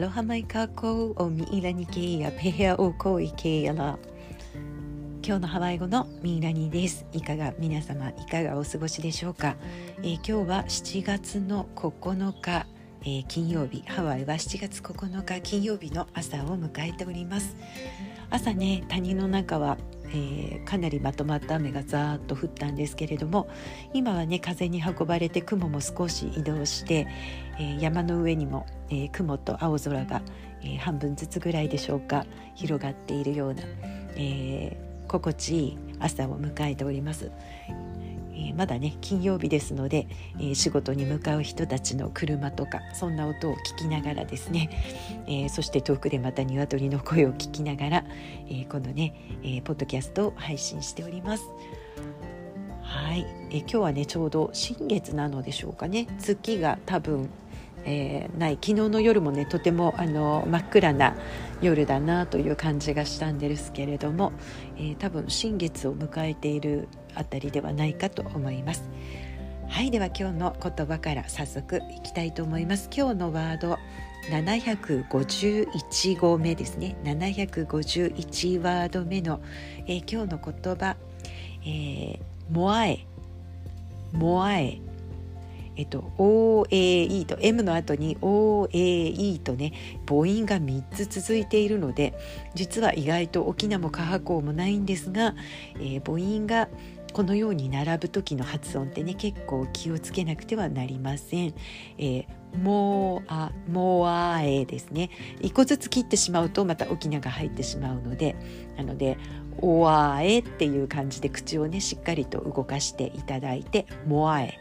Aloha mai kākou o Miʻilani Keia Pehea o Koi Keia。今日のハワイ語のミイラニです。皆様いかがお過ごしでしょうか。今日は7月の9日、金曜日。ハワイは7月9日金曜日の朝を迎えております。朝ね、谷の中はかなりまとまった雨がザーッと降ったんですけれども、今はね風に運ばれて雲も少し移動して、山の上にも、雲と青空が、半分ずつぐらいでしょうか広がっているような、心地いい朝を迎えております。まだね金曜日ですので、仕事に向かう人たちの車とかそんな音を聞きながらですね、そして遠くでまた鶏の声を聞きながら、このね、ポッドキャストを配信しております。はい、今日はねちょうど新月なのでしょうかね。月が多分ない。昨日の夜もねとても真っ暗な夜だなという感じがしたんですけれども、多分新月を迎えているあたりではないかと思います。はい、では今日の言葉から早速いきたいと思います。今日のワード751号目ですね。751ワード目の、今日の言葉、モアエOAE と M の後に OAE とね母音が3つ続いているので、実は意外と沖縄もカハコもないんですが、母音がこのように並ぶ時の発音ってね結構気をつけなくてはなりません。モアエですね。一個ずつ切ってしまうとまた沖縄が入ってしまうので、なのでオアエっていう感じで口をねしっかりと動かしていただいてモアエ、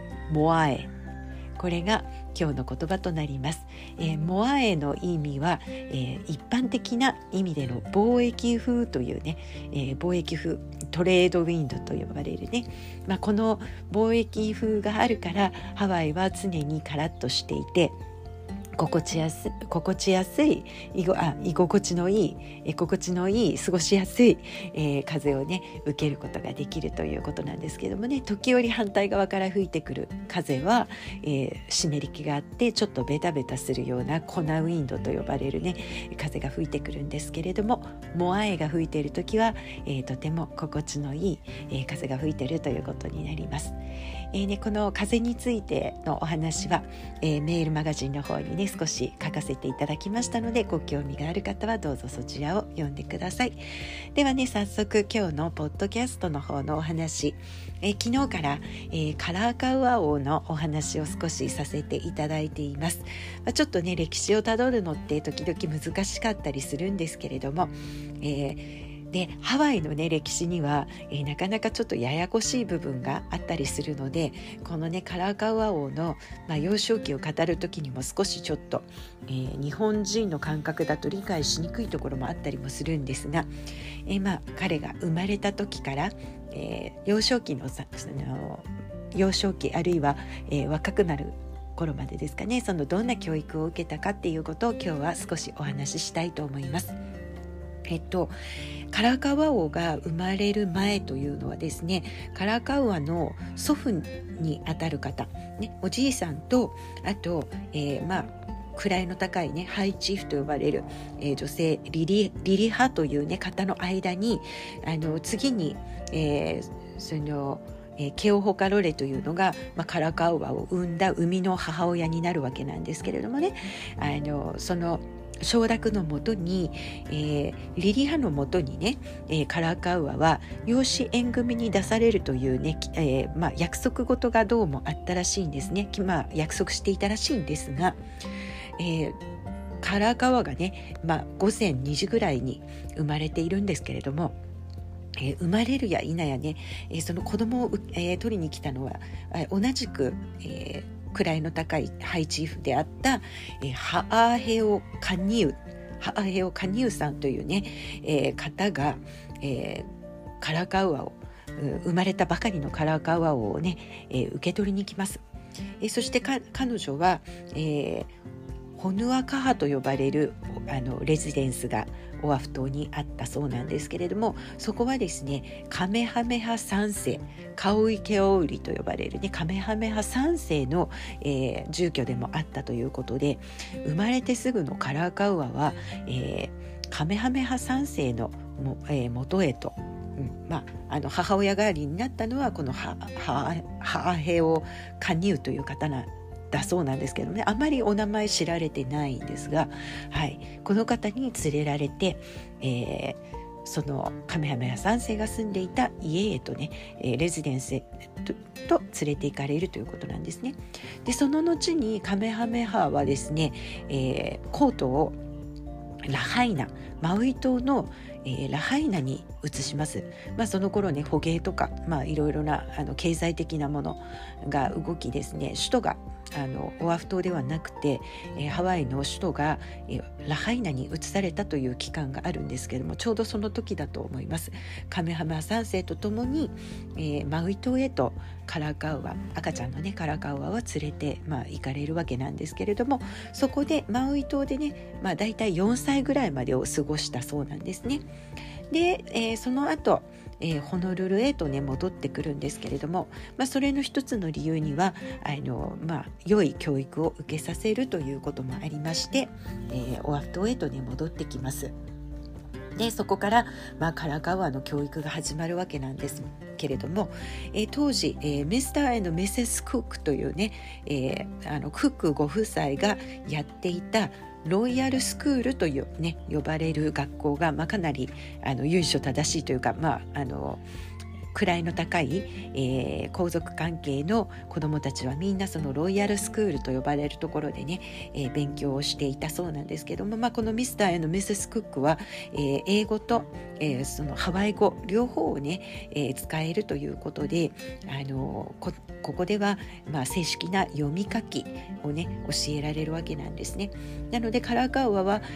これが今日の言葉となります。モアエの意味は、一般的な意味での貿易風というね、貿易風トレードウィンドと呼ばれるね、この貿易風があるからハワイは常にカラッとしていて心地やすい居心地のいい過ごしやすい、風をね受けることができるということなんですけどもね、時折反対側から吹いてくる風は、湿り気があってちょっとベタベタするような粉ウィンドと呼ばれるね風が吹いてくるんですけれども、モアエが吹いている時は、とても心地のいい、風が吹いているということになります。この風についてのお話は、メールマガジンの方にね少し書かせていただきましたので、ご興味がある方はどうぞそちらを読んでください。ではね早速今日のポッドキャストの方のお話、昨日から、カラーカウア王のお話を少しさせていただいています。ちょっとね歴史をたどるのって時々難しかったりするんですけれども、でハワイのね歴史には、なかなかちょっとややこしい部分があったりするので、このねカラーカウア王の、幼少期を語る時にも少しちょっと、日本人の感覚だと理解しにくいところもあったりもするんですが、彼が生まれた時から、幼少期あるいは、若くなる頃までですかね、そのどんな教育を受けたかっていうことを今日は少しお話ししたいと思います。カラカウア王が生まれる前というのはですね、カラカウアの祖父にあたる方、ね、おじいさんとあと、位の高いねハイチーフと呼ばれる、女性リリハというね方の間に次に、ケオホカロレというのが、カラカウアを産んだ生みの母親になるわけなんですけれどもね、その承諾のもとに、リリハのもとにね、カラカウアは養子縁組に出されるというね、約束事がどうもあったらしいんですね。約束していたらしいんですが、カラカウアがね、午前2時ぐらいに生まれているんですけれども、生まれるや否やね、その子供を、取りに来たのは、同じく、位の高いハイチーフであったハアヘオカニウさんというね、方が、カラカウアを生まれたばかりのカラカウアをね、受け取りに来ます。そして彼女は、ホヌアカハと呼ばれるレジデンスがオアフ島にあったそうなんですけれども、そこはですねカメハメハ3世カウイケオウリと呼ばれるねカメハメハ3世の、住居でもあったということで、生まれてすぐのカラーカウアは、カメハメハ3世の元へと、母親代わりになったのはこのハアヘオカニウという方だそうなんですけどね、あまりお名前知られてないんですが、この方に連れられて、そのカメハメハ3世が住んでいた家へとね、レジデンスと連れて行かれるということなんですね。でその後にカメハメハはですね、コートをラハイナ、マウイ島の、ラハイナに移します。その頃ね捕鯨とか、いろいろな経済的なものが動きですね、首都がオアフ島ではなくて、ハワイの首都が、ラハイナに移されたという期間があるんですけれども、ちょうどその時だと思います。カメハメハ3世とともに、マウイ島へとカラカウア、赤ちゃんのねカラカウアは連れて、行かれるわけなんですけれども、そこでマウイ島でね、だいたい4歳ぐらいまでを過ごしたそうなんですね。で、その後ホノルルへとね戻ってくるんですけれども、それの一つの理由には良い教育を受けさせるということもありまして、オアフ島へとね戻ってきます。でそこから、カラカウアの教育が始まるわけなんですけれども、当時、ミスター&ミセス・クックというね、クックご夫妻がやっていたロイヤルスクールというね呼ばれる学校が、かなり由緒正しいというか、位の高い、皇族関係の子どもたちはみんなそのロイヤルスクールと呼ばれるところでね、勉強をしていたそうなんですけども、このミスター&ミセス・クックは、英語と、そのハワイ語両方をね、使えるということで、ここでは、正式な読み書きをね教えられるわけなんですね。なのでカラカウアは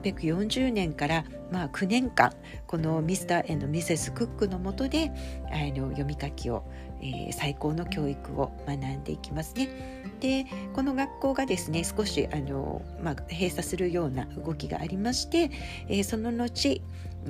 1840年から9年間このミスター&ミセス・クックの下で読み書きを、最高の教育を学んでいきますね。でこの学校がですね少し閉鎖するような動きがありまして、その後、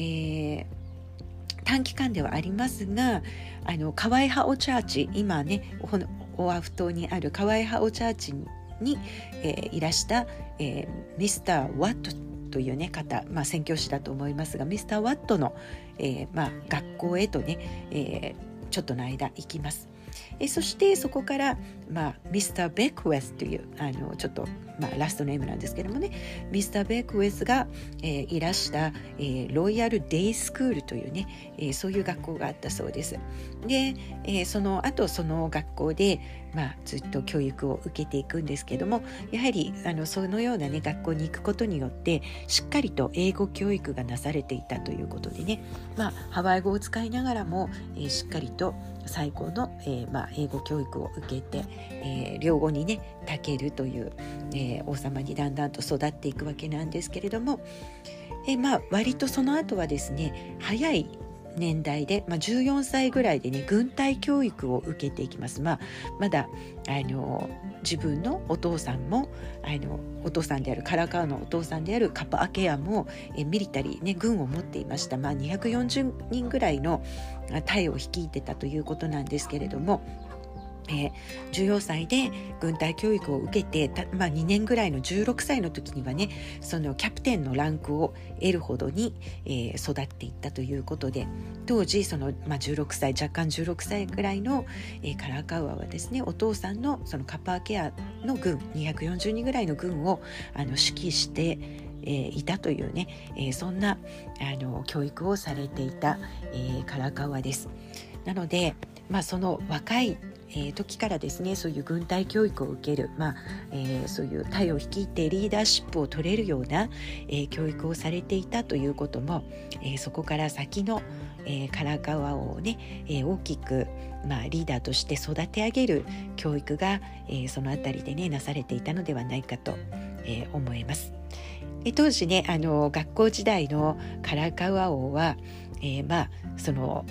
短期間ではありますがカワイハオチャーチ、今ねオアフ島にあるカワイハオチャーチに、いらした、ミスター・ワットというね方、宣教師だと思いますが、ミスター・ワットの、学校へとね、ちょっとの間行きます。そしてそこから、ミスター・ベックウェスというちょっと、ラストネームなんですけどもね、ミスター・ベックウェスが、いらした、ロイヤル・デイ・スクールというね、そういう学校があったそうです。で、その後その学校で、ずっと教育を受けていくんですけども、やはりそのような、ね、学校に行くことによってしっかりと英語教育がなされていたということでね、ハワイ語を使いながらも、しっかりと最高の、英語教育を受けて、両語にね長けるという、王様にだんだんと育っていくわけなんですけれども、割とその後はですね早い年代で、14歳ぐらいでね軍隊教育を受けていきます。まだ自分のお父さんもお父さんであるカラカウのお父さんであるカパアケアもミリタリー、ね、軍を持っていました。240人ぐらいの隊を率いてたということなんですけれども、14歳で軍隊教育を受けて2年ぐらいの16歳の時にはねそのキャプテンのランクを得るほどに、育っていったということで、当時その、16歳若干16歳ぐらいの、カラカウアはですねお父さんのそのカパーケアの軍240人ぐらいの軍を指揮していたというね、そんな教育をされていた、カラカウアです。なので、その若い時からですねそういう軍隊教育を受ける、そういう隊を率いてリーダーシップを取れるような、教育をされていたということも、そこから先の、カラカウアをね、大きく、リーダーとして育て上げる教育が、そのあたりでねなされていたのではないかと、思います。当時ね学校時代のカラカウア王は、その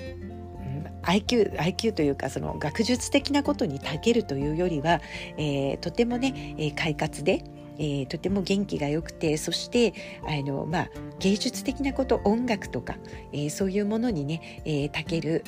IQ というかその学術的なことに長けるというよりは、とてもね快活で、 とても元気が良くて、そして芸術的なこと、音楽とか、そういうものにね、長ける、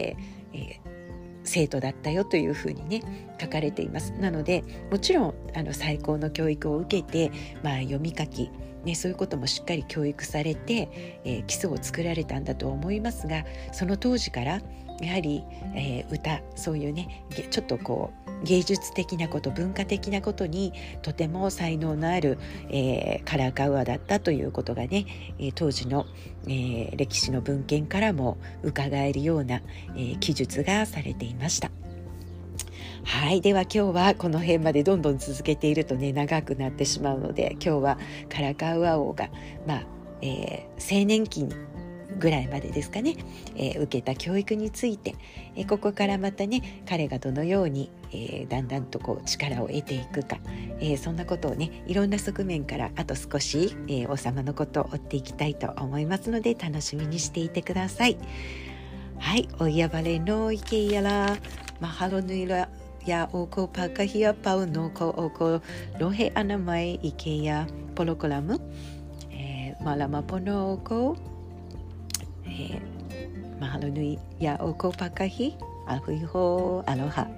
生徒だったよというふうにね書かれています。なのでもちろん最高の教育を受けて、読み書き、そういうこともしっかり教育されて、基礎を作られたんだと思いますが、その当時からやはり、歌、そういうねちょっとこう芸術的なこと、文化的なことにとても才能のある、カラカウアだったということがね、当時の、歴史の文献からも伺えるような、記述がされていました。はい、では今日はこの辺までどんどん続けているとね長くなってしまうので、今日はカラカウア王が、青年期ぐらいまでですかね、受けた教育について、ここからまたね彼がどのように、だんだんとこう力を得ていくか、そんなことをねいろんな側面からあと少し、王様のことを追っていきたいと思いますので、楽しみにしていてください。はい、おやばれのいけやらマハロヌイラやおこパカヒアパウのこおこロヘアナマイイケやポロコラム、マラマポノオコ、マハロヌイやおこパカヒアフイホアロハ。